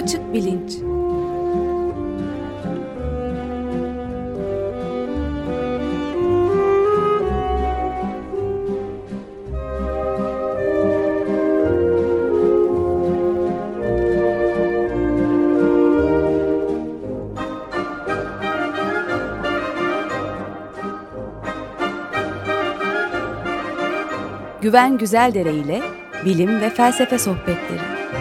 Açık Bilinç. Güven Güzeldere ile bilim ve felsefe sohbetleri.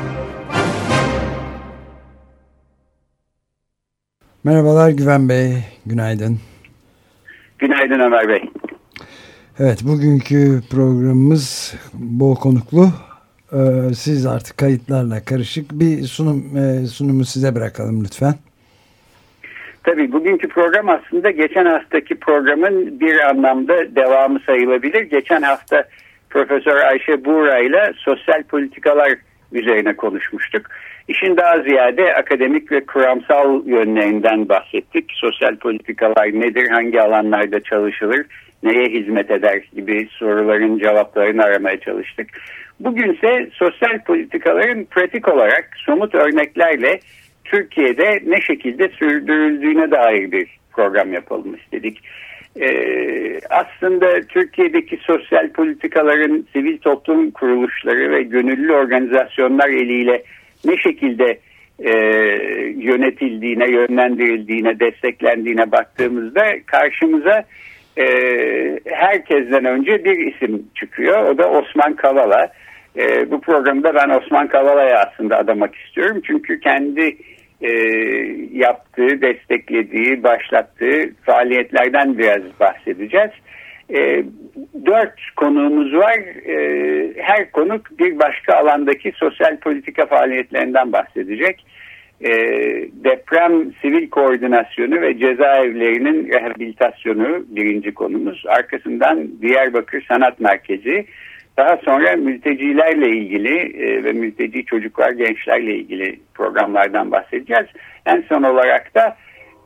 Merhabalar Güven Bey, günaydın. Günaydın Ömer Bey. Evet, bugünkü programımız bol konuklu. Siz artık kayıtlarla karışık bir sunumu size bırakalım lütfen. Tabii bugünkü program aslında geçen haftaki programın bir anlamda devamı sayılabilir. Geçen hafta Profesör Ayşe Buğra ile sosyal politikalar üzerine konuşmuştuk. İşin daha ziyade akademik ve kuramsal yönlerinden bahsettik. Sosyal politikalar nedir, hangi alanlarda çalışılır, neye hizmet eder gibi soruların cevaplarını aramaya çalıştık. Bugünse sosyal politikaların pratik olarak somut örneklerle Türkiye'de ne şekilde sürdürüldüğüne dair bir program yapalım istedik. Aslında Türkiye'deki sosyal politikaların sivil toplum kuruluşları ve gönüllü organizasyonlar eliyle ne şekilde yönetildiğine, yönlendirildiğine, desteklendiğine baktığımızda karşımıza herkesten önce bir isim çıkıyor. O da Osman Kavala. Bu programda ben Osman Kavala'ya aslında adamak istiyorum. Çünkü kendi yaptığı, desteklediği, başlattığı faaliyetlerden biraz bahsedeceğiz. 4 konuğumuz var. Her konuk bir başka alandaki sosyal politika faaliyetlerinden bahsedecek. Deprem sivil koordinasyonu ve cezaevlerinin rehabilitasyonu birinci konumuz. Arkasından Diyarbakır Sanat Merkezi. Daha sonra mültecilerle ilgili ve mülteci çocuklar, gençlerle ilgili programlardan bahsedeceğiz. En son olarak da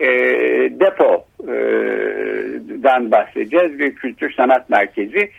depodan bahsedeceğiz. Bir kültür sanat merkezi.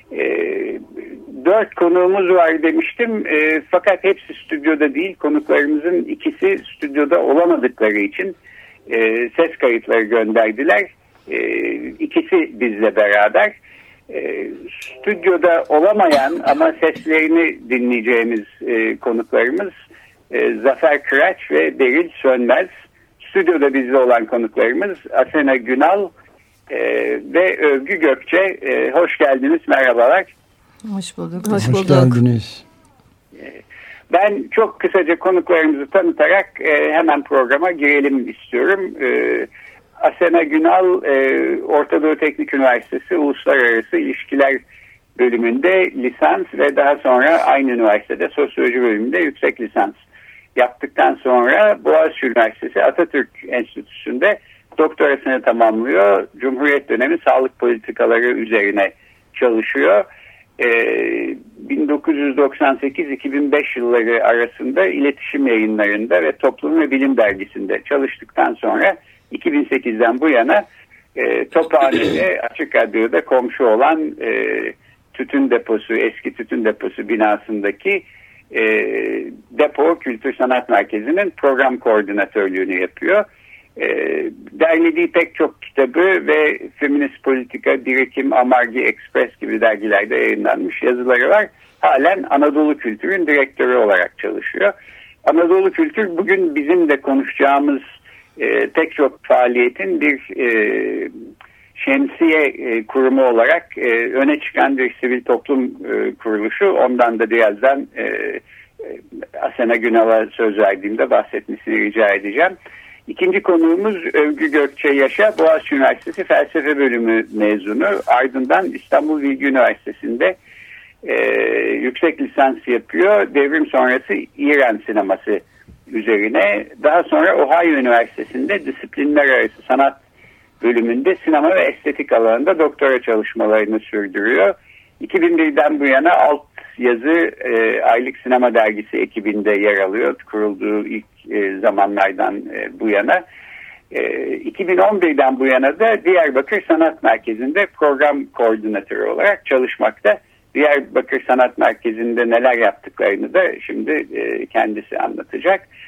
4 konuğumuz var demiştim. Fakat hepsi stüdyoda değil. Konuklarımızın ikisi stüdyoda olamadıkları için ses kayıtları gönderdiler. İkisi bizle beraber. Stüdyoda olamayan ama seslerini dinleyeceğimiz konuklarımız Zafer Kıraç ve Beril Sönmez. Stüdyoda bizde olan konuklarımız Asena Günal ve Övgü Gökçe. Hoş geldiniz, merhabalar. Hoş bulduk. Hoş geldiniz. Ben çok kısaca konuklarımızı tanıtarak hemen programa girelim istiyorum. Asena Günal, Orta Doğu Teknik Üniversitesi Uluslararası İlişkiler bölümünde lisans ve daha sonra aynı üniversitede sosyoloji bölümünde yüksek lisans yaptıktan sonra Boğaziçi Üniversitesi Atatürk Enstitüsü'nde doktorasını tamamlıyor. Cumhuriyet dönemi sağlık politikaları üzerine çalışıyor. 1998-2005 yılları arasında iletişim yayınlarında ve Toplum ve Bilim Dergisi'nde çalıştıktan sonra 2008'den bu yana Tophane'de Açık Radyo'da komşu olan tütün deposu, eski tütün deposu binasındaki Depo Kültür Sanat Merkezi'nin program koordinatörlüğünü yapıyor. Derlediği pek çok kitabı ve Feminist Politika, Birikim, Amargi, Express gibi dergilerde yayınlanmış yazıları var. Halen Anadolu Kültür'ün direktörü olarak çalışıyor. Anadolu Kültür bugün bizim de konuşacağımız pek çok faaliyetin bir şemsiye kurumu olarak öne çıkan bir sivil toplum kuruluşu. Ondan da birazdan Asena Günal'a söz verdiğimde bahsetmesini rica edeceğim. İkinci konuğumuz Övgü Gökçe Yaşa, Boğaziçi Üniversitesi Felsefe Bölümü mezunu. Ardından İstanbul Bilgi Üniversitesi'nde yüksek lisans yapıyor. Devrim sonrası İran sineması üzerine. Daha sonra Ohio Üniversitesi'nde disiplinler arası sanat bölümünde sinema ve estetik alanında doktora çalışmalarını sürdürüyor. 2001'den bu yana Alt Yazı Aylık Sinema Dergisi ekibinde yer alıyor. Kurulduğu ilk zamanlardan bu yana. 2011'den bu yana da Diyarbakır Sanat Merkezi'nde program koordinatörü olarak çalışmakta. Diyarbakır Sanat Merkezi'nde neler yaptıklarını da şimdi kendisi anlatacak.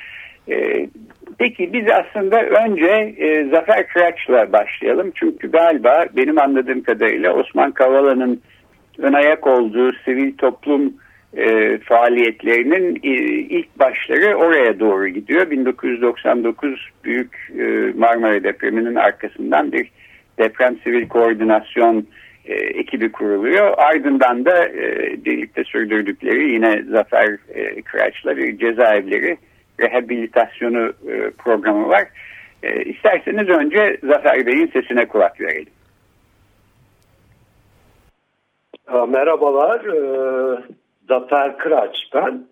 Peki biz aslında önce Zafer Kıraç'la başlayalım. Çünkü galiba benim anladığım kadarıyla Osman Kavala'nın ön ayak olduğu sivil toplum faaliyetlerinin ilk başları oraya doğru gidiyor. 1999 Büyük Marmara depreminin arkasından bir deprem sivil koordinasyon ekibi kuruluyor. Ardından da birlikte sürdürdükleri yine Zafer Kıraç'la bir cezaevleri rehabilitasyonu programı var. İsterseniz önce Zafer Bey'in sesine kulak verelim. Merhabalar, Zafer Kıraç ben.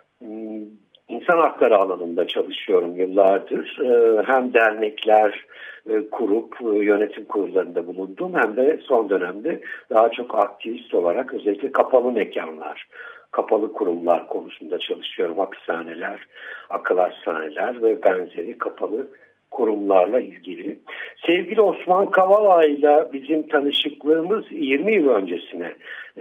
İnsan hakları alanında çalışıyorum yıllardır. Hem dernekler kurup yönetim kurullarında bulundum hem de son dönemde daha çok aktivist olarak özellikle kapalı mekanlar, kapalı kurumlar konusunda çalışıyorum. Hapishaneler, akıl hastaneler ve benzeri kapalı kurumlarla ilgili. Sevgili Osman Kavala ile bizim tanışıklığımız 20 yıl öncesine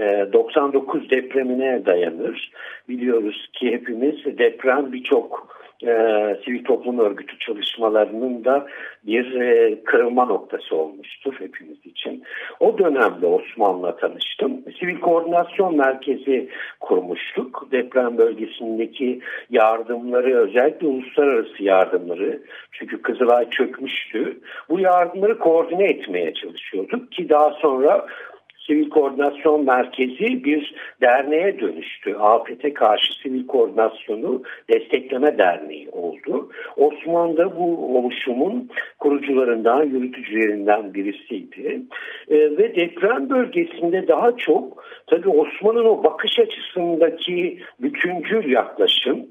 99 depremine dayanır. Biliyoruz ki hepimiz deprem birçok sivil toplum örgütü çalışmalarının da bir kırılma noktası olmuştur hepimiz için. O dönemde Osman'la tanıştım. Sivil Koordinasyon Merkezi kurmuştuk. Deprem bölgesindeki yardımları, özellikle uluslararası yardımları, çünkü Kızılay çökmüştü. Bu yardımları koordine etmeye çalışıyorduk ki daha sonra Sivil Koordinasyon Merkezi bir derneğe dönüştü. Afete Karşı Sivil Koordinasyonu Destekleme Derneği oldu. Osman da bu oluşumun kurucularından, yürütücülerinden birisiydi. Ve deprem bölgesinde daha çok tabii Osman'ın o bakış açısındaki bütüncül yaklaşım,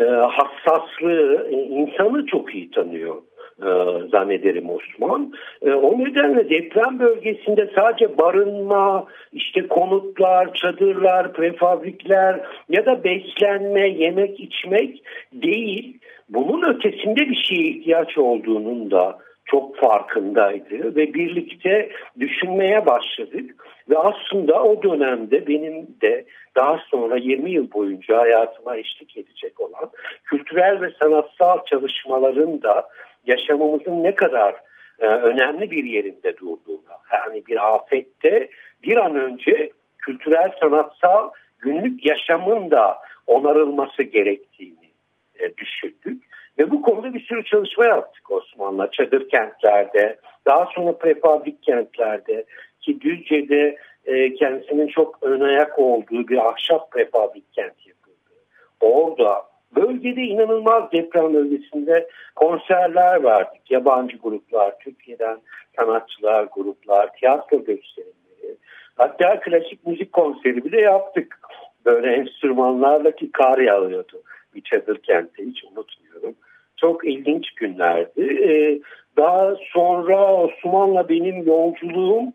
hassaslığı, insanı çok iyi tanıyor zannederim Osman. O nedenle deprem bölgesinde sadece barınma, işte konutlar, çadırlar, prefabrikler ya da beslenme, yemek içmek değil, bunun ötesinde bir şeye ihtiyaç olduğunun da çok farkındaydı ve birlikte düşünmeye başladık. Ve aslında o dönemde benim de daha sonra 20 yıl boyunca hayatıma eşlik edecek olan kültürel ve sanatsal çalışmaların da yaşamımızın ne kadar önemli bir yerinde durduğunu, yani bir afette bir an önce kültürel, sanatsal günlük yaşamın da onarılması gerektiğini düşündük. Ve bu konuda bir sürü çalışma yaptık Osman'la. Çadır kentlerde, daha sonra prefabrik kentlerde ki Düzce'de kendisinin çok ön ayak olduğu bir ahşap prefabrik kent yapıldı. Orada bölgede inanılmaz deprem bölgesinde konserler verdik. Yabancı gruplar, Türkiye'den sanatçılar, gruplar, tiyatro gösterimleri. Hatta klasik müzik konseri bile yaptık. Böyle enstrümanlarla ki kar yağıyordu bir çadır kentte, hiç unutmuyorum. Çok ilginç günlerdi. Daha sonra Osman'la benim yolculuğum,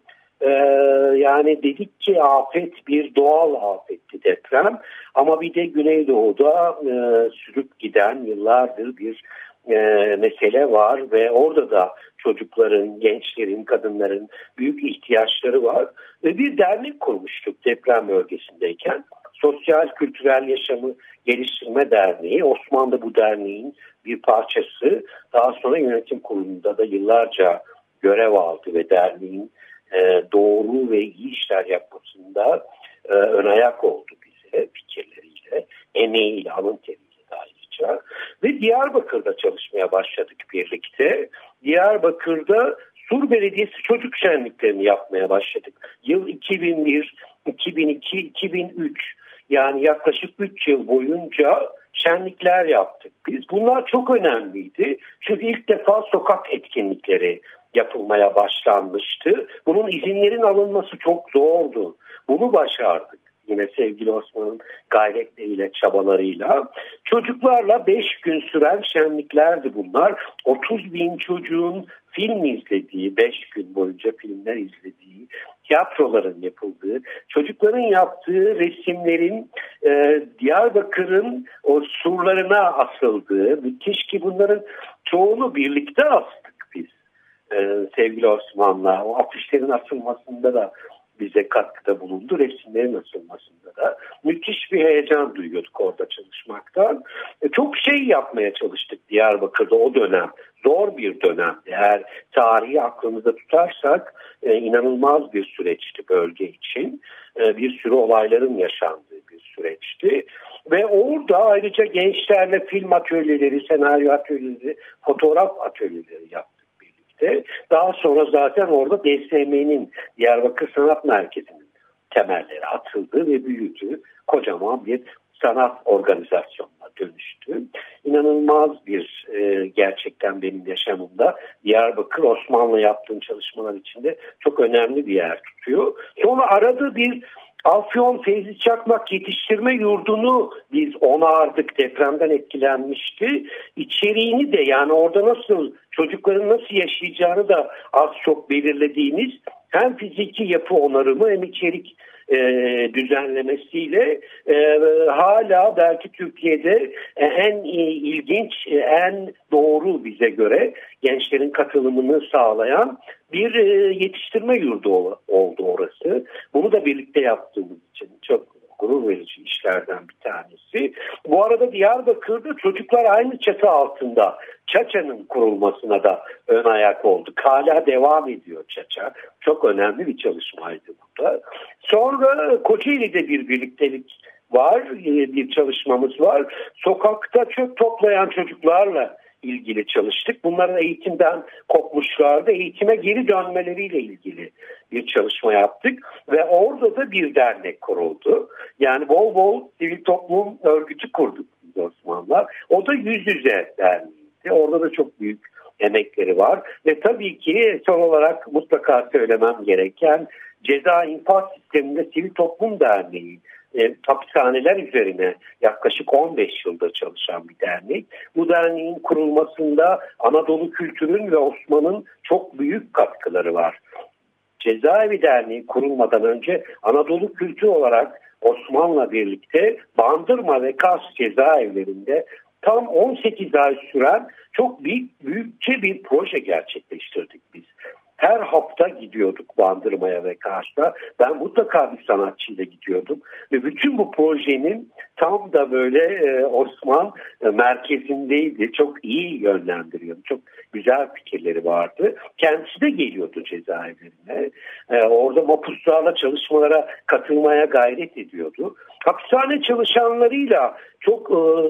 yani dedik ki afet bir doğal afetti deprem. Ama bir de Güneydoğu'da sürüp giden yıllardır bir mesele var ve orada da çocukların, gençlerin, kadınların büyük ihtiyaçları var. Ve bir dernek kurmuştuk deprem bölgesindeyken. Sosyal Kültürel Yaşamı Geliştirme Derneği. Osman da bu derneğin bir parçası. Daha sonra yönetim kurulunda da yıllarca görev aldı ve derneğin doğru ve iyi işler yapmasında ön ayak oldu bize fikirleriyle, emeğiyle, alın teriyle de ayrıca. Ve Diyarbakır'da çalışmaya başladık birlikte. Diyarbakır'da Sur Belediyesi çocuk şenliklerini yapmaya başladık. Yıl 2001, 2002, 2003, yani yaklaşık 3 yıl boyunca şenlikler yaptık biz. Bunlar çok önemliydi. Çünkü ilk defa sokak etkinlikleri yapılmaya başlanmıştı. Bunun izinlerin alınması çok zordu. Bunu başardık. Yine sevgili Osman'ın gayretleriyle, çabalarıyla. Çocuklarla 5 gün süren şenliklerdi bunlar. 30 bin çocuğun film izlediği, 5 gün boyunca filmler izlediği, tiyatroların yapıldığı, çocukların yaptığı resimlerin Diyarbakır'ın o surlarına asıldığı, müthiş ki bunların çoğunu birlikte astık biz. Sevgili Osman'la o afişlerin asılmasında da bize katkıda bulundu, resimlerin asılmasında da. aslında. Müthiş bir heyecan duyuyorduk orada çalışmaktan. Çok şey yapmaya çalıştık Diyarbakır'da o dönem. Zor bir dönemdi. Eğer tarihi aklımızda tutarsak inanılmaz bir süreçti bölge için. Bir sürü olayların yaşandığı bir süreçti. Ve orada ayrıca gençlerle film atölyeleri, senaryo atölyeleri, fotoğraf atölyeleri yaptık birlikte. Daha sonra zaten orada DSM'nin, Diyarbakır Sanat Merkezi'nin temelleri atıldı ve büyüdü. Kocaman bir sanat organizasyonuna dönüştü. İnanılmaz bir gerçekten benim yaşamımda Diyarbakır Osmanlı yaptığım çalışmalar içinde çok önemli bir yer tutuyor. Sonra arada bir Afyon Feyzi Çakmak Yetiştirme Yurdu'nu biz onardık, depremden etkilenmişti. İçeriğini de yani orada nasıl çocukların nasıl yaşayacağını da az çok belirlediğimiz hem fiziki yapı onarımı hem içerik düzenlemesiyle hala belki Türkiye'de en ilginç, en doğru bize göre gençlerin katılımını sağlayan bir yetiştirme yurdu oldu orası. Bunu da birlikte yaptığımız için çok gurur verici işlerden bir tanesi. Bu arada Diyarbakır'da çocuklar aynı çatı altında Çaça'nın kurulmasına da ön ayak olduk. Hala devam ediyor Çaça. Çok önemli bir çalışmaydı bu da. Sonra Kocaeli'de bir birliktelik var, bir çalışmamız var. Sokakta çöp toplayan çocuklarla ilgili çalıştık. Bunların eğitimden kopmuşlardı. Eğitime geri dönmeleriyle ilgili bir çalışma yaptık. Ve orada da bir dernek kuruldu. Yani bol bol sivil toplum örgütü kurduk biz Osmanlılar. O da Yüz Yüze Derneği'ydi. Orada da çok büyük emekleri var. Ve tabii ki son olarak mutlaka söylemem gereken Ceza İnfaz Sistemi'nde Sivil Toplum Derneği. Hapishaneler üzerine yaklaşık 15 yıldır çalışan bir dernek. Bu derneğin kurulmasında Anadolu kültürün ve Osman'ın çok büyük katkıları var. Cezaevi Derneği kurulmadan önce Anadolu kültür olarak Osman'la birlikte Bandırma ve Kars cezaevlerinde tam 18 ay süren çok büyükçe bir proje gerçekleştirdik biz. Her hafta gidiyorduk Bandırma'ya ve Kars'a. Ben mutlaka bir sanatçıyla gidiyordum. Ve bütün bu projenin tam da böyle Osman merkezindeydi. Çok iyi yönlendiriyordu. Çok güzel fikirleri vardı. Kendisi de geliyordu cezaevlerine. Orada mapuslarla çalışmalara katılmaya gayret ediyordu. Hapishane çalışanlarıyla çok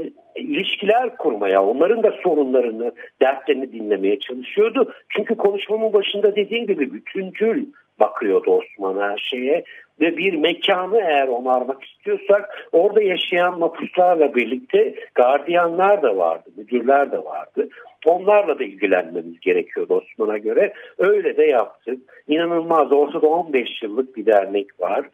ilişkiler kurmaya, onların da sorunlarını, dertlerini dinlemeye çalışıyordu. Çünkü konuşmamın başında dediğim gibi bütüncül bakıyordu Osman her şeye. Ve bir mekanı eğer onarmak istiyorsak orada yaşayan mapuslarla birlikte gardiyanlar da vardı, müdürler de vardı. Onlarla da ilgilenmemiz gerekiyordu Osman'a göre. Öyle de yaptık. İnanılmaz. Ortada 15 yıllık bir dernek var.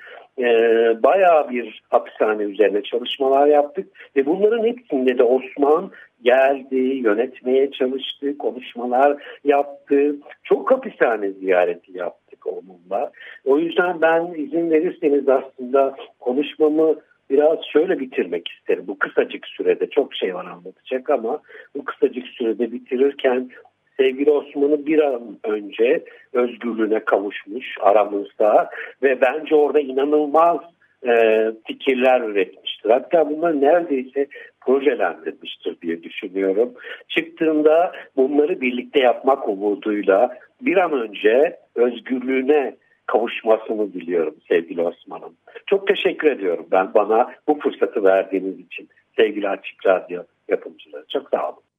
Bayağı bir hapishane üzerine çalışmalar yaptık. Ve bunların hepsinde de Osman geldi, yönetmeye çalıştı, konuşmalar yaptı. Çok hapishane ziyareti yaptık onunla. O yüzden ben izin verirseniz aslında konuşmamı biraz şöyle bitirmek isterim. Bu kısacık sürede çok şey var anlatacak ama bu kısacık sürede bitirirken sevgili Osman'ı bir an önce özgürlüğüne kavuşmuş aramızda ve bence orada inanılmaz fikirler üretmiştir. Hatta bunları neredeyse projelendirmiştir diye düşünüyorum. Çıktığında bunları birlikte yapmak umuduyla bir an önce özgürlüğüne kavuşmasını diliyorum sevgili Osman'ım. Çok teşekkür ediyorum ben bana bu fırsatı verdiğiniz için sevgili Açık Radyo yapımcıları. Çok sağ olun.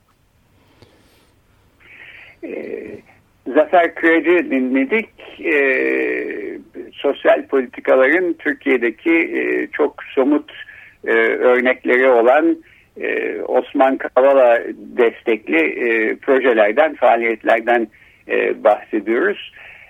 Zafer Kıracı dinledik. Sosyal politikaların Türkiye'deki çok somut örnekleri olan Osman Kavala destekli projelerden, faaliyetlerden bahsediyoruz.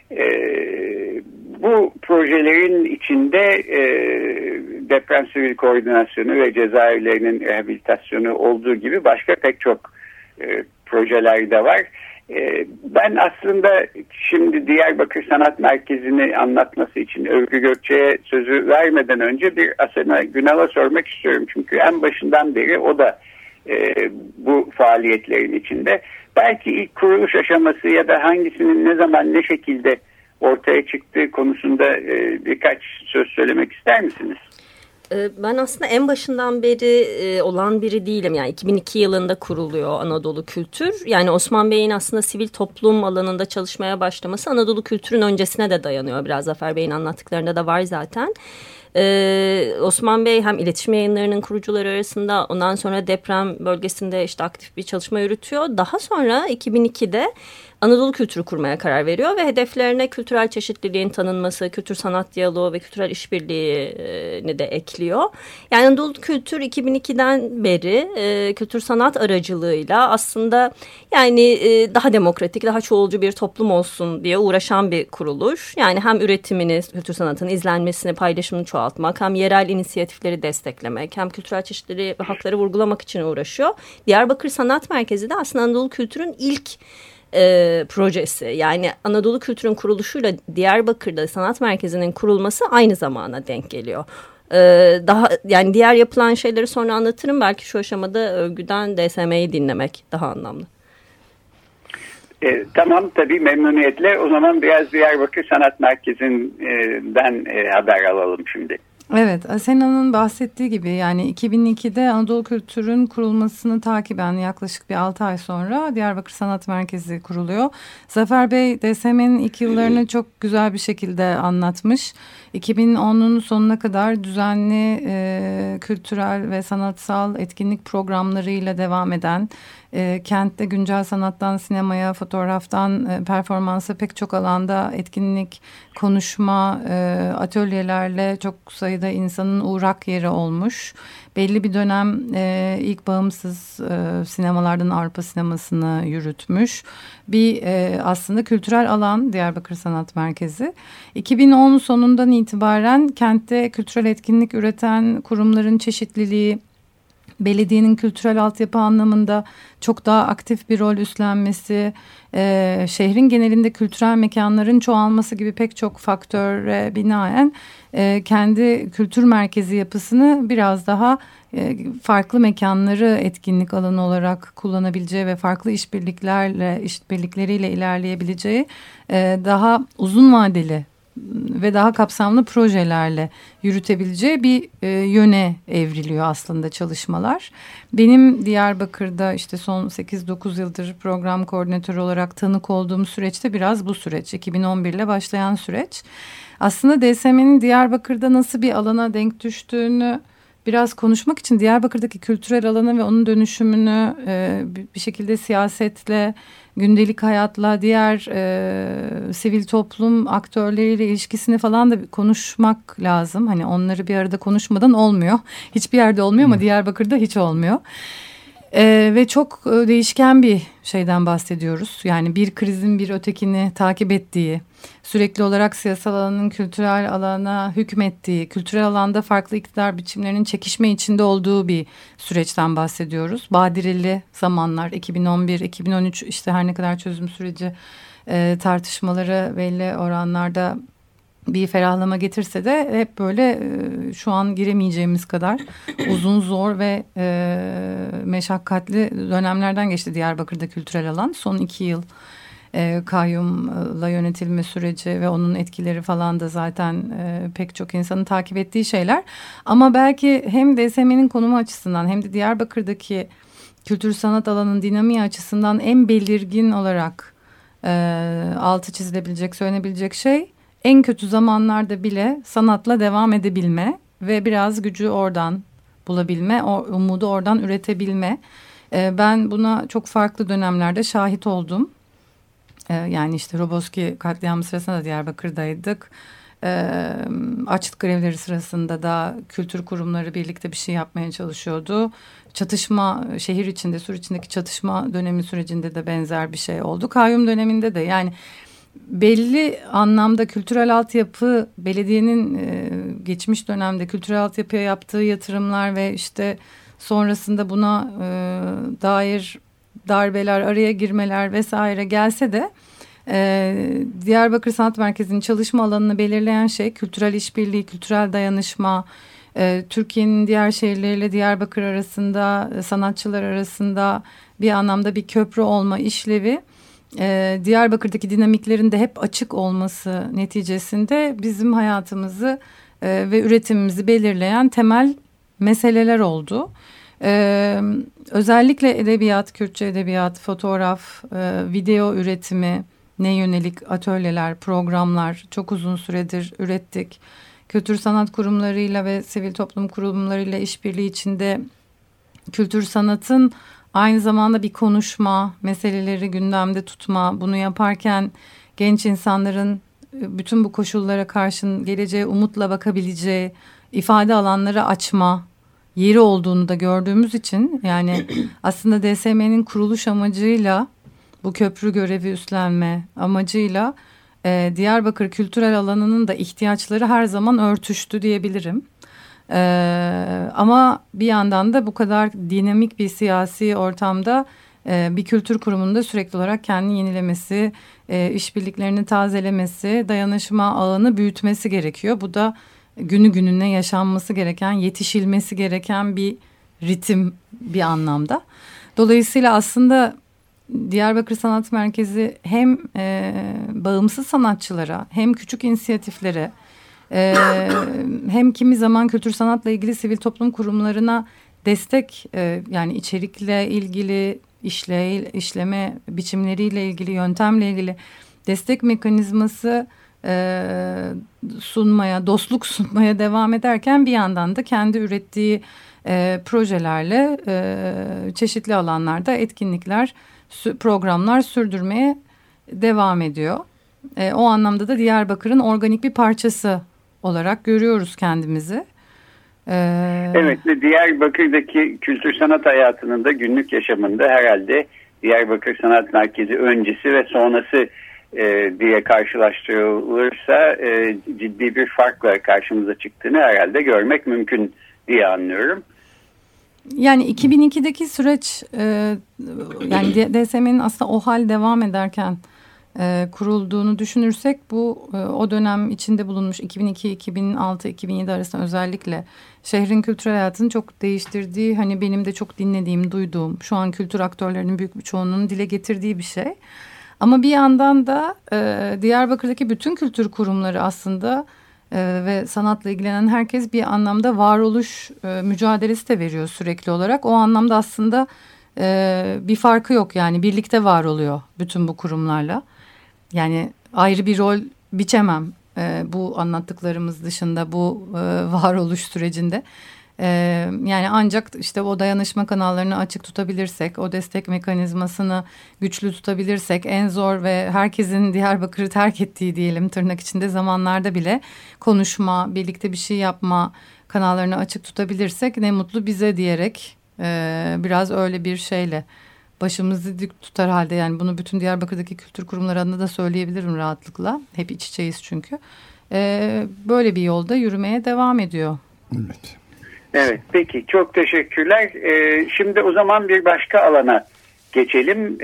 Bu projelerin içinde deprem sivil koordinasyonu ve cezaevlerinin rehabilitasyonu olduğu gibi başka pek çok projeler de var. Ben aslında şimdi Diyarbakır Sanat Merkezi'ni anlatması için Övgü Gökçe'ye sözü vermeden önce bir Asena Günal'a sormak istiyorum. Çünkü en başından beri o da bu faaliyetlerin içinde. Belki ilk kuruluş aşaması ya da hangisinin ne zaman ne şekilde ortaya çıktığı konusunda birkaç söz söylemek ister misiniz? Ben aslında en başından beri olan biri değilim. Yani 2002 yılında kuruluyor Anadolu Kültür. Yani Osman Bey'in aslında sivil toplum alanında çalışmaya başlaması Anadolu Kültür'ün öncesine de dayanıyor. Biraz Zafer Bey'in anlattıklarında da var zaten. Osman Bey hem iletişim yayınlarının kurucuları arasında, ondan sonra deprem bölgesinde işte aktif bir çalışma yürütüyor. Daha sonra 2002'de Anadolu Kültürü kurmaya karar veriyor ve hedeflerine kültürel çeşitliliğin tanınması, kültür sanat diyaloğu ve kültürel işbirliğini de ekliyor. Yani Anadolu Kültür 2002'den beri kültür sanat aracılığıyla aslında yani daha demokratik, daha çoğulcu bir toplum olsun diye uğraşan bir kuruluş. Yani hem üretimini, kültür sanatının izlenmesini, paylaşımını çoğaltmak, hem yerel inisiyatifleri desteklemek, hem kültürel çeşitliliği ve hakları vurgulamak için uğraşıyor. Diyarbakır Sanat Merkezi de aslında Anadolu Kültür'ün ilk projesi. Yani Anadolu Kültür'ün kuruluşuyla Diyarbakır'da sanat merkezinin kurulması aynı zamana denk geliyor. Daha yani diğer yapılan şeyleri sonra anlatırım. Belki şu aşamada övgüden DSM'yi dinlemek daha anlamlı. Tamam, tabii, memnuniyetle. O zaman biraz Diyarbakır Sanat Merkezi'nden haber alalım şimdi. Evet, Asena'nın bahsettiği gibi yani 2002'de Anadolu Kültür'ün kurulmasını takiben yaklaşık bir 6 ay sonra Diyarbakır Sanat Merkezi kuruluyor. Zafer Bey DSM'nin ilk yıllarını çok güzel bir şekilde anlatmış. 2010'un sonuna kadar düzenli kültürel ve sanatsal etkinlik programlarıyla devam eden, kentte güncel sanattan sinemaya, fotoğraftan performansa pek çok alanda etkinlik, konuşma, atölyelerle çok sayıda insanın uğrak yeri olmuş. Belli bir dönem ilk bağımsız sinemalardan Avrupa sinemasını yürütmüş. Bir aslında kültürel alan Diyarbakır Sanat Merkezi. 2010 sonundan itibaren kentte kültürel etkinlik üreten kurumların çeşitliliği, belediyenin kültürel altyapı anlamında çok daha aktif bir rol üstlenmesi, şehrin genelinde kültürel mekanların çoğalması gibi pek çok faktöre binaen kendi kültür merkezi yapısını biraz daha farklı mekanları etkinlik alanı olarak kullanabileceği ve farklı işbirlikleriyle ilerleyebileceği daha uzun vadeli ve daha kapsamlı projelerle yürütebileceği bir yöne evriliyor aslında çalışmalar. Benim Diyarbakır'da işte son 8-9 yıldır program koordinatörü olarak tanık olduğum süreçte biraz bu süreç. 2011 ile başlayan süreç. Aslında DSM'nin Diyarbakır'da nasıl bir alana denk düştüğünü biraz konuşmak için Diyarbakır'daki kültürel alanı ve onun dönüşümünü bir şekilde siyasetle, gündelik hayatla, diğer sivil toplum aktörleriyle ilişkisini falan da konuşmak lazım. Hani onları bir arada konuşmadan olmuyor. Hiçbir yerde olmuyor ama Diyarbakır'da hiç olmuyor. Ve çok değişken bir şeyden bahsediyoruz. Yani bir krizin bir ötekini takip ettiği, sürekli olarak siyasal alanın kültürel alana hükmettiği, kültürel alanda farklı iktidar biçimlerinin çekişme içinde olduğu bir süreçten bahsediyoruz. Badireli zamanlar 2011-2013 işte her ne kadar çözüm süreci tartışmaları belli oranlarda bir ferahlama getirse de hep böyle şu an giremeyeceğimiz kadar uzun, zor ve meşakkatli dönemlerden geçti Diyarbakır'da kültürel alan. Son 2 yıl kayyumla yönetilme süreci ve onun etkileri falan da zaten pek çok insanın takip ettiği şeyler. Ama belki hem DSM'nin konumu açısından hem de Diyarbakır'daki kültür sanat alanının dinamiği açısından en belirgin olarak altı çizilebilecek, söylenebilecek şey en kötü zamanlarda bile sanatla devam edebilme ve biraz gücü oradan bulabilme, o umudu oradan üretebilme. Ben buna çok farklı dönemlerde şahit oldum. Yani işte Roboski katliamı sırasında da Diyarbakır'daydık. Açlık grevleri sırasında da kültür kurumları birlikte bir şey yapmaya çalışıyordu. Çatışma, şehir içinde, Sur içindeki çatışma dönemi sürecinde de benzer bir şey oldu. Kayyum döneminde de yani belli anlamda kültürel altyapı, belediyenin geçmiş dönemde kültürel altyapıya yaptığı yatırımlar ve işte sonrasında buna dair darbeler, araya girmeler vesaire gelse de Diyarbakır Sanat Merkezi'nin çalışma alanını belirleyen şey kültürel işbirliği, kültürel dayanışma, Türkiye'nin diğer şehirleriyle Diyarbakır arasında, sanatçılar arasında bir anlamda bir köprü olma işlevi. Diyarbakır'daki dinamiklerin de hep açık olması neticesinde bizim hayatımızı ve üretimimizi belirleyen temel meseleler oldu. Özellikle edebiyat, Kürtçe edebiyat, fotoğraf, video üretimi ne yönelik atölyeler, programlar çok uzun süredir ürettik. Kültür sanat kurumlarıyla ve sivil toplum kurumlarıyla işbirliği içinde kültür sanatın aynı zamanda bir konuşma, meseleleri gündemde tutma, bunu yaparken genç insanların bütün bu koşullara karşın geleceğe umutla bakabileceği ifade alanları açma yeri olduğunu da gördüğümüz için, yani aslında DSM'nin kuruluş amacıyla, bu köprü görevi üstlenme amacıyla Diyarbakır kültürel alanının da ihtiyaçları her zaman örtüştü diyebilirim. Ama bir yandan da bu kadar dinamik bir siyasi ortamda bir kültür kurumunda sürekli olarak kendini yenilemesi, işbirliklerini tazelemesi, dayanışma ağını büyütmesi gerekiyor. Bu da günü gününe yaşanması gereken, yetişilmesi gereken bir ritim bir anlamda. Dolayısıyla aslında Diyarbakır Sanat Merkezi hem bağımsız sanatçılara hem küçük inisiyatiflere hem kimi zaman kültür sanatla ilgili sivil toplum kurumlarına destek, yani içerikle ilgili, işleme biçimleriyle ilgili, yöntemle ilgili destek mekanizması sunmaya, dostluk sunmaya devam ederken bir yandan da kendi ürettiği projelerle çeşitli alanlarda etkinlikler, programlar sürdürmeye devam ediyor. O anlamda da Diyarbakır'ın organik bir parçası olarak görüyoruz kendimizi. Evet, Diyarbakır'daki kültür sanat hayatının da günlük yaşamında herhalde Diyarbakır Sanat Merkezi öncesi ve sonrası diye karşılaştırılırsa ciddi bir farkla karşımıza çıktığını herhalde görmek mümkün diye anlıyorum. Yani 2002'deki süreç, yani DSM'nin aslında o hal devam ederken kurulduğunu düşünürsek, bu o dönem içinde bulunmuş 2002, 2006, 2007 arasında özellikle şehrin kültürel hayatını çok değiştirdiği, hani benim de çok dinlediğim, duyduğum, şu an kültür aktörlerinin büyük bir çoğunluğunun dile getirdiği bir şey. Ama bir yandan da Diyarbakır'daki bütün kültür kurumları aslında ve sanatla ilgilenen herkes bir anlamda varoluş mücadelesi de veriyor sürekli olarak. O anlamda aslında bir farkı yok, yani birlikte var oluyor bütün bu kurumlarla. Yani ayrı bir rol biçemem bu anlattıklarımız dışında bu varoluş sürecinde. Yani ancak işte o dayanışma kanallarını açık tutabilirsek, o destek mekanizmasını güçlü tutabilirsek, en zor ve herkesin Diyarbakır'ı terk ettiği diyelim tırnak içinde zamanlarda bile konuşma, birlikte bir şey yapma kanallarını açık tutabilirsek ne mutlu bize diyerek biraz öyle bir şeyle başımızı dik tutar halde, yani bunu bütün Diyarbakır'daki kültür kurumları adına da söyleyebilirim rahatlıkla. Hep iç içeyiz çünkü. Böyle bir yolda yürümeye devam ediyor. Evet. Evet, peki çok teşekkürler. Şimdi o zaman bir başka alana geçelim.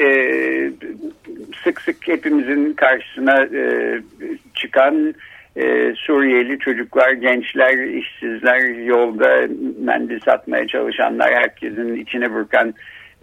Sık sık hepimizin karşısına çıkan Suriyeli çocuklar, gençler, işsizler, yolda mendil satmaya çalışanlar, herkesin içine burkan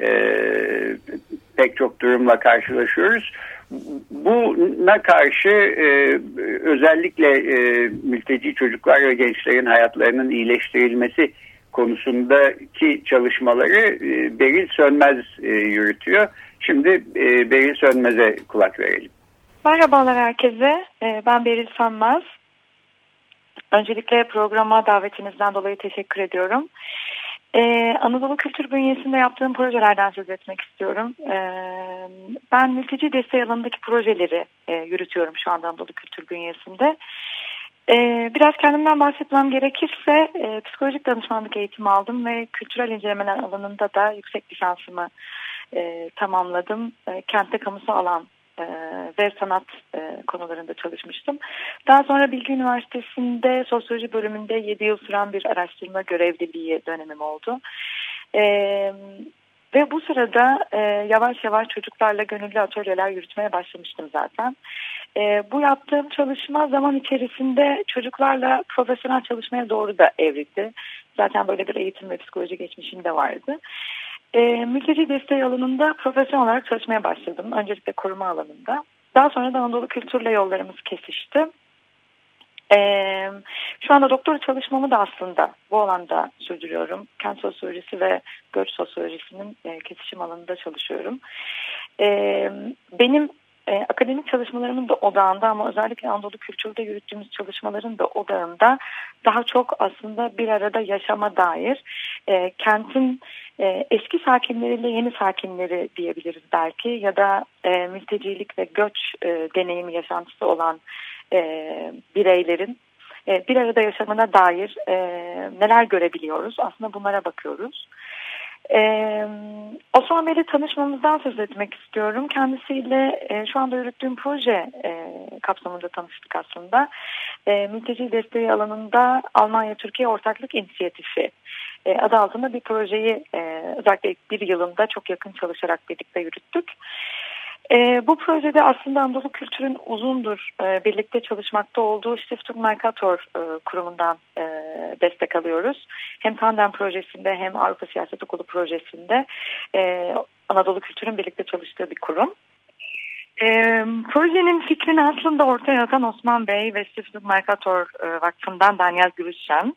pek çok durumla karşılaşıyoruz. Buna karşı özellikle mülteci çocuklar ve gençlerin hayatlarının iyileştirilmesi konusundaki çalışmaları Beril Sönmez yürütüyor. Şimdi Beril Sönmez'e kulak verelim. Merhabalar herkese. Ben Beril Sönmez. Öncelikle programa davetinizden dolayı teşekkür ediyorum. Anadolu Kültür bünyesinde yaptığım projelerden söz etmek istiyorum. Ben mülteci desteği alanındaki projeleri yürütüyorum şu anda Anadolu Kültür bünyesinde. Biraz kendimden bahsetmem gerekirse psikolojik danışmanlık eğitimi aldım ve kültürel incelemeler alanında da yüksek lisansımı tamamladım. Kentte kamusal alan ve sanat konularında çalışmıştım. Daha sonra Bilgi Üniversitesi'nde sosyoloji bölümünde 7 yıl süren bir araştırma görevliliği dönemim oldu. Ve bu sırada yavaş yavaş çocuklarla gönüllü atölyeler yürütmeye başlamıştım zaten. Bu yaptığım çalışma zaman içerisinde çocuklarla profesyonel çalışmaya doğru da evrildi. Zaten böyle bir eğitim ve psikoloji geçmişim de vardı. Mülteci desteği alanında profesyonel olarak çalışmaya başladım. Öncelikle koruma alanında. Daha sonra da Anadolu Kültür'le yollarımız kesişti. Şu anda doktora çalışmamı da aslında bu alanda sürdürüyorum. Kent sosyolojisi ve göç sosyolojisinin kesişim alanında çalışıyorum. Benim akademik çalışmalarımın da odağında ama özellikle Anadolu kültürde yürüttüğümüz çalışmaların da odağında daha çok aslında bir arada yaşama dair kentin eski sakinleriyle yeni sakinleri diyebiliriz belki ya da mültecilik ve göç deneyimi yaşantısı olan bireylerin bir arada yaşamına dair neler görebiliyoruz? Aslında bunlara bakıyoruz. Osman Bey'le tanışmamızdan söz etmek istiyorum. Kendisiyle şu anda yürüttüğüm proje kapsamında tanıştık aslında. Mülteci desteği alanında Almanya-Türkiye Ortaklık İnisiyatifi adı altında bir projeyi özellikle ilk bir yılında çok yakın çalışarak birlikte yürüttük. Bu projede aslında Anadolu Kültür'ün uzundur birlikte çalışmakta olduğu Stiftung Mercator kurumundan destek alıyoruz. Hem Tandem projesinde hem Avrupa Siyaset Okulu projesinde Anadolu Kültür'ün birlikte çalıştığı bir kurum. Projenin fikrini aslında ortaya atan Osman Bey ve Stiftung Mercator Vakfı'ndan Daniel Gürüşen.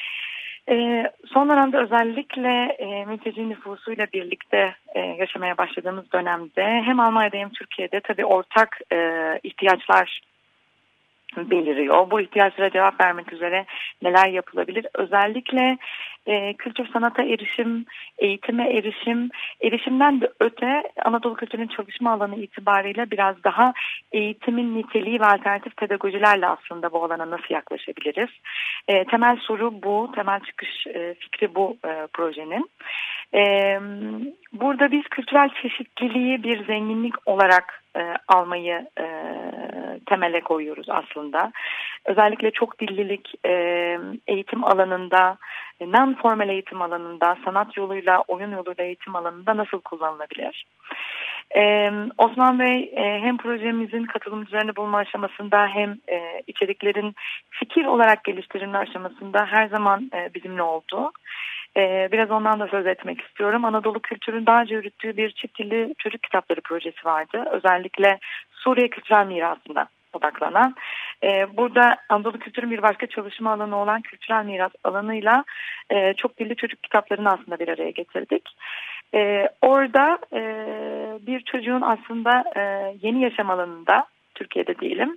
Son dönemde özellikle mülteci nüfusuyla birlikte yaşamaya başladığımız dönemde hem Almanya'da hem Türkiye'de tabii ortak ihtiyaçlar beliriyor. Bu ihtiyaçlara cevap vermek üzere neler yapılabilir? Özellikle kültür sanata erişim, eğitime erişim, erişimden de öte Anadolu Kültür'ün çalışma alanı itibariyle biraz daha eğitimin niteliği ve alternatif pedagojilerle aslında bu alana nasıl yaklaşabiliriz? Temel soru bu, temel çıkış fikri bu projenin. Burada biz kültürel çeşitliliği bir zenginlik olarak almayı temele koyuyoruz aslında. Özellikle çok dillilik eğitim alanında, non-formal eğitim alanında, sanat yoluyla, oyun yoluyla eğitim alanında nasıl kullanılabilir? Osman Bey hem projemizin katılımcılarını bulma aşamasında hem içeriklerin fikir olarak geliştirilme aşamasında her zaman bizimle oldu. Biraz ondan da söz etmek istiyorum. Anadolu Kültür'ün daha önce yürüttüğü bir çift dilli çocuk kitapları projesi vardı. Özellikle Suriye kültürel mirasına odaklanan. Burada Anadolu Kültür'ün bir başka çalışma alanı olan kültürel miras alanıyla çok dilli çocuk kitaplarını aslında bir araya getirdik. Orada bir çocuğun aslında yeni yaşam alanında, Türkiye'de diyelim,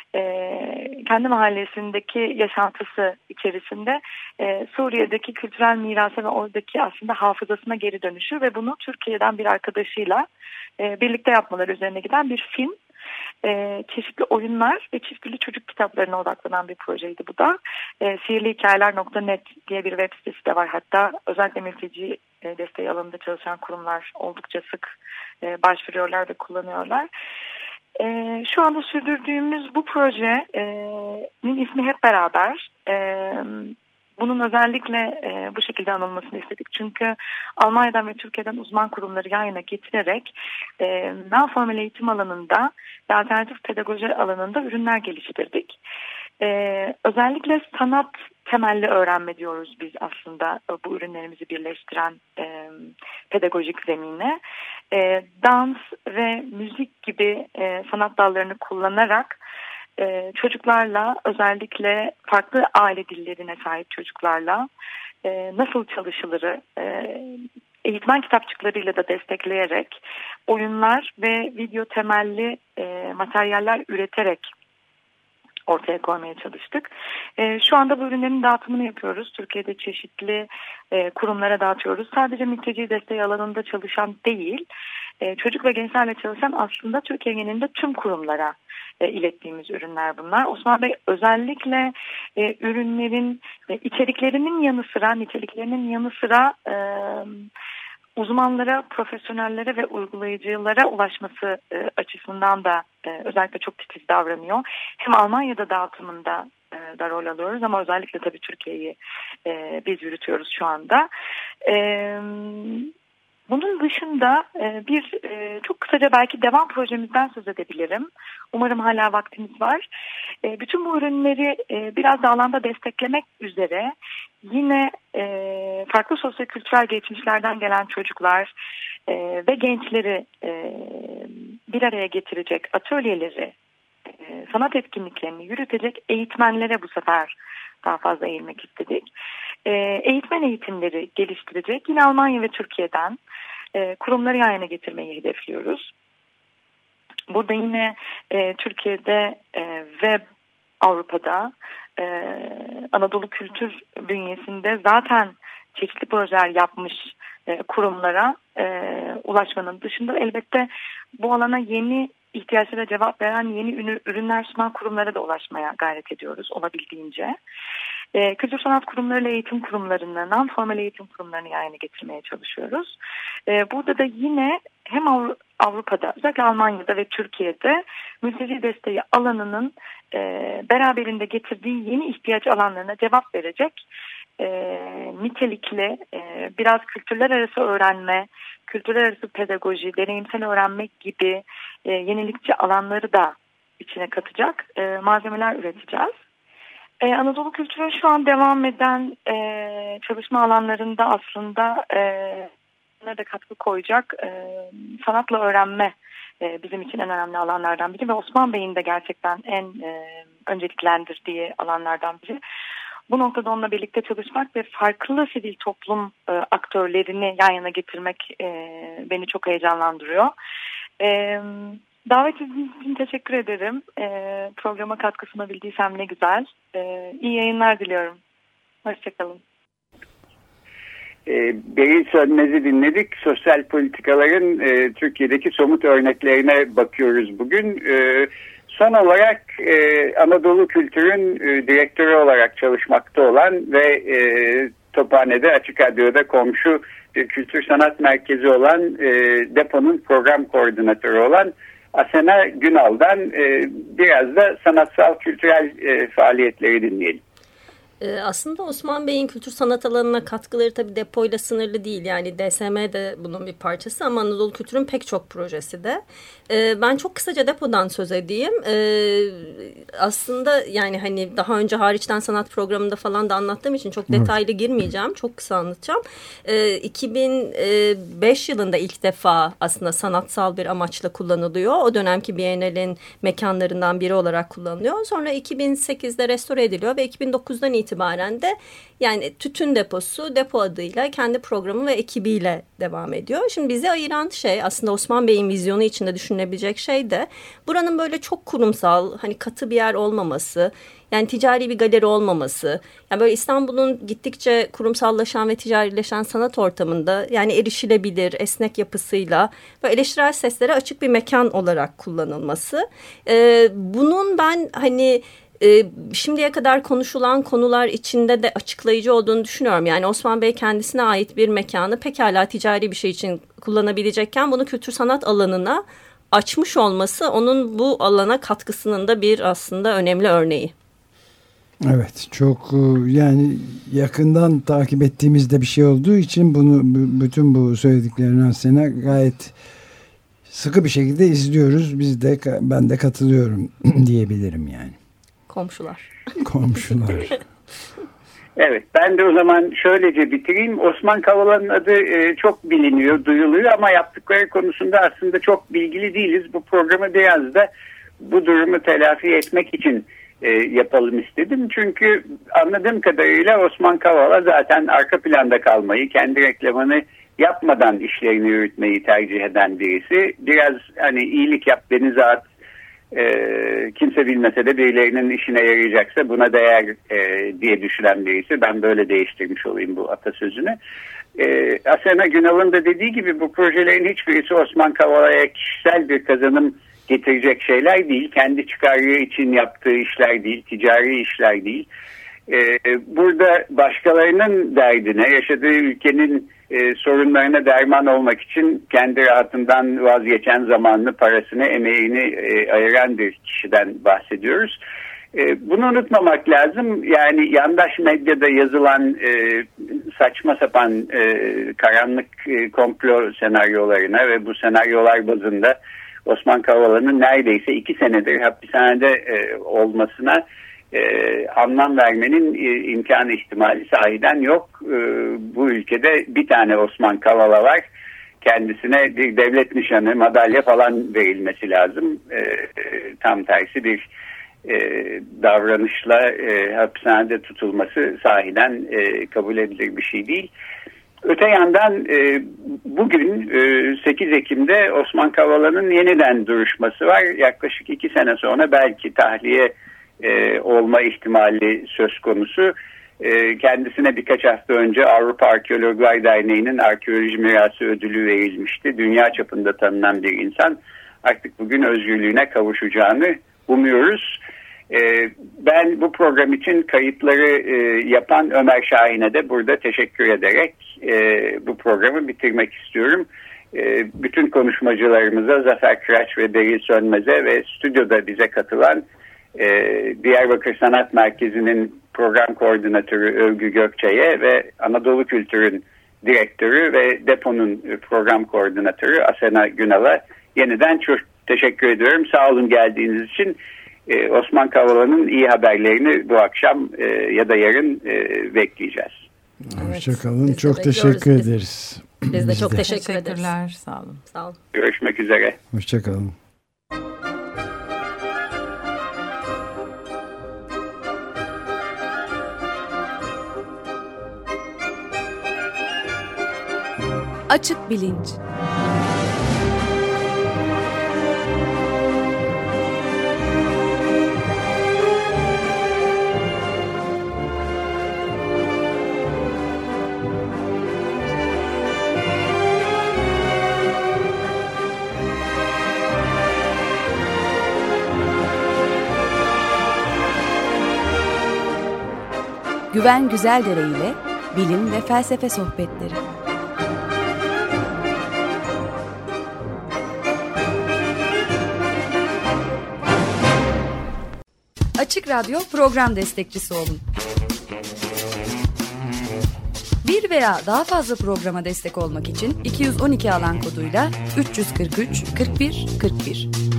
kendi mahallesindeki yaşantısı içerisinde Suriye'deki kültürel mirasa ve oradaki aslında hafızasına geri dönüşü ve bunu Türkiye'den bir arkadaşıyla birlikte yapmaları üzerine giden bir film. Çeşitli oyunlar ve çeşitli çocuk kitaplarına odaklanan bir projeydi bu da. Sihirlihikayeler.net diye bir web sitesi de var. Hatta özellikle mülteci desteği alanında çalışan kurumlar oldukça sık başvuruyorlar ve kullanıyorlar. Şu anda sürdürdüğümüz bu projenin ismi Hep Beraber. Bunun özellikle bu şekilde anılmasını istedik. Çünkü Almanya'dan ve Türkiye'den uzman kurumları yan yana getirerek non-formal eğitim alanında ve alternatif pedagoji alanında ürünler geliştirdik. Özellikle sanat temelli öğrenme diyoruz biz aslında bu ürünlerimizi birleştiren pedagojik zemine. Dans ve müzik gibi sanat dallarını kullanarak çocuklarla, özellikle farklı aile dillerine sahip çocuklarla nasıl çalışılırı eğitmen kitapçıklarıyla da destekleyerek oyunlar ve video temelli materyaller üreterek ortaya koymaya çalıştık. Şu anda bu ürünlerin dağıtımını yapıyoruz. Türkiye'de çeşitli kurumlara dağıtıyoruz. Sadece mülteci desteği alanında çalışan değil, çocuk ve gençlerle çalışan aslında Türkiye genelinde tüm kurumlara ilettiğimiz ürünler bunlar. Osman Bey özellikle ürünlerin içeriklerinin yanı sıra, niteliklerinin yanı sıra uzmanlara, profesyonellere ve uygulayıcılara ulaşması açısından da özellikle çok titiz davranıyor. Hem Almanya'da dağıtımında da rol alıyoruz ama özellikle tabii Türkiye'yi biz yürütüyoruz şu anda. Bunun dışında bir çok kısaca belki devam projemizden söz edebilirim. Umarım hala vaktimiz var. Bütün bu ürünleri biraz da alanda desteklemek üzere yine farklı sosyokültürel geçmişlerden gelen çocuklar ve gençleri bir araya getirecek atölyeleri sanat etkinliklerini yürütecek eğitmenlere bu sefer daha fazla eğilmek istedik. Eğitmen eğitimleri geliştirecek yine Almanya ve Türkiye'den kurumları yan yana getirmeyi hedefliyoruz. Burada yine Türkiye'de ve Avrupa'da Anadolu Kültür bünyesinde zaten çeşitli projeler yapmış kurumlara ulaşmanın dışında elbette bu alana yeni ihtiyaçlara cevap veren yeni ürünler sunan kurumlara da ulaşmaya gayret ediyoruz olabildiğince. Kültür sanat kurumlarıyla eğitim kurumlarını, non-formal eğitim kurumlarını yan yana getirmeye çalışıyoruz. Burada da yine hem Avrupa'da, özellikle Almanya'da ve Türkiye'de mülteci desteği alanının beraberinde getirdiği yeni ihtiyaç alanlarına cevap verecek nitelikli biraz kültürler arası öğrenme, kültürler arası pedagoji, deneyimsel öğrenmek gibi yenilikçi alanları da içine katacak malzemeler üreteceğiz. Anadolu Kültür'ün şu an devam eden çalışma alanlarında aslında da katkı koyacak sanatla öğrenme bizim için en önemli alanlardan biri ve Osman Bey'in de gerçekten en önceliklendirdiği alanlardan biri. Bu noktada onunla birlikte çalışmak ve farklı sivil toplum aktörlerini yan yana getirmek beni çok heyecanlandırıyor. Davet için teşekkür ederim. Programa katkı sunabildiysem ne güzel. İyi yayınlar diliyorum. Hoşçakalın. Beril Sönmez'i dinledik. Sosyal politikaların Türkiye'deki somut örneklerine bakıyoruz bugün. Son olarak Anadolu Kültür'ün direktörü olarak çalışmakta olan ve Tophane'de Açık Radyo'da komşu kültür sanat merkezi olan deponun program koordinatörü olan Asena Günal'dan biraz da sanatsal kültürel faaliyetleri dinleyelim. Aslında Osman Bey'in kültür sanat alanına katkıları tabii depoyla sınırlı değil. Yani DSM de bunun bir parçası ama Anadolu Kültür'ün pek çok projesi de. Ben çok kısaca depodan söz edeyim. Aslında yani hani daha önce hariçten sanat programında falan da anlattığım için çok detaylı girmeyeceğim. Çok kısa anlatacağım. 2005 yılında ilk defa aslında sanatsal bir amaçla kullanılıyor. O dönemki Biennale'in mekanlarından biri olarak kullanılıyor. Sonra 2008'de restore ediliyor ve 2009'dan itibaren de yani tütün deposu depo adıyla kendi programı ve ekibiyle devam ediyor. Şimdi bizi ayıran şey aslında Osman Bey'in vizyonu içinde düşünülebilecek şey de buranın böyle çok kurumsal hani katı bir yer olmaması, yani ticari bir galeri olmaması. Yani böyle İstanbul'un gittikçe kurumsallaşan ve ticarileşen sanat ortamında yani erişilebilir, esnek yapısıyla ve eleştirel seslere açık bir mekan olarak kullanılması. Bunun ben hani şimdiye kadar konuşulan konular içinde de açıklayıcı olduğunu düşünüyorum. Yani Osman Bey kendisine ait bir mekanı pekala ticari bir şey için kullanabilecekken bunu kültür sanat alanına açmış olması onun bu alana katkısının da bir aslında önemli örneği. Evet, çok yani yakından takip ettiğimizde bir şey olduğu için bunu bütün bu söylediklerinden sonra gayet sıkı bir şekilde izliyoruz. Ben de katılıyorum diyebilirim yani. Komşular. Evet, ben de o zaman şöylece bitireyim. Osman Kavala'nın adı çok biliniyor, duyuluyor ama yaptıkları konusunda aslında çok bilgili değiliz. Bu programı biraz da bu durumu telafi etmek için yapalım istedim. Çünkü anladığım kadarıyla Osman Kavala zaten arka planda kalmayı, kendi reklamını yapmadan işlerini yürütmeyi tercih eden birisi. Biraz hani iyilik yap, denize at, kimse bilmese de birilerinin işine yarayacaksa buna değer diye düşünen birisi. Ben böyle değiştirmiş olayım bu atasözünü. Asena Günal'ın da dediği gibi bu projelerin hiçbirisi Osman Kavala'ya kişisel bir kazanım getirecek şeyler değil. Kendi çıkarı için yaptığı işler değil, ticari işler değil. Burada başkalarının derdine, yaşadığı ülkenin sorunlarına derman olmak için kendi rahatından vazgeçen zamanını, parasını, emeğini ayıran bir kişiden bahsediyoruz. Bunu unutmamak lazım. Yani yandaş medyada yazılan saçma sapan karanlık komplo senaryolarına ve bu senaryolar bazında Osman Kavala'nın neredeyse 2 senedir hapishanede olmasına anlam vermenin imkanı ihtimali sahiden yok. Bu ülkede bir tane Osman Kavala var. kendisine bir devlet nişanı, madalya falan verilmesi lazım. Tam tersi bir davranışla hapishanede tutulması sahiden kabul edilir bir şey değil. Öte yandan bugün 8 Ekim'de Osman Kavala'nın yeniden duruşması var. Yaklaşık 2 sene sonra belki tahliye olma ihtimali söz konusu. Kendisine birkaç hafta önce Avrupa Arkeologlar Derneği'nin Arkeoloji Mirası Ödülü verilmişti. Dünya çapında tanınan bir insan. Artık bugün özgürlüğüne kavuşacağını umuyoruz. Ben bu program için kayıtları yapan Ömer Şahin'e de burada teşekkür ederek bu programı bitirmek istiyorum. Bütün konuşmacılarımıza, Zafer Kıraç ve Beril Sönmez'e ve stüdyoda bize katılan Diyarbakır Sanat Merkezi'nin program koordinatörü Övgü Gökçe'ye ve Anadolu Kültür'ün direktörü ve deponun program koordinatörü Asena Günal'a yeniden çok teşekkür ediyorum. Sağ olun geldiğiniz için. Osman Kavala'nın iyi haberlerini bu akşam ya da yarın bekleyeceğiz. Evet, hoşçakalın. Çok teşekkür ederiz. Biz de çok teşekkür ederiz. Teşekkürler. Sağ olun. Sağ olun. Görüşmek üzere. Hoşçakalın. Açık Bilinç. Güven Güzeldere ile bilim ve felsefe sohbetleri. Açık Radyo program destekçisi olun. Bir veya daha fazla programa destek olmak için 212 alan koduyla 343 41 41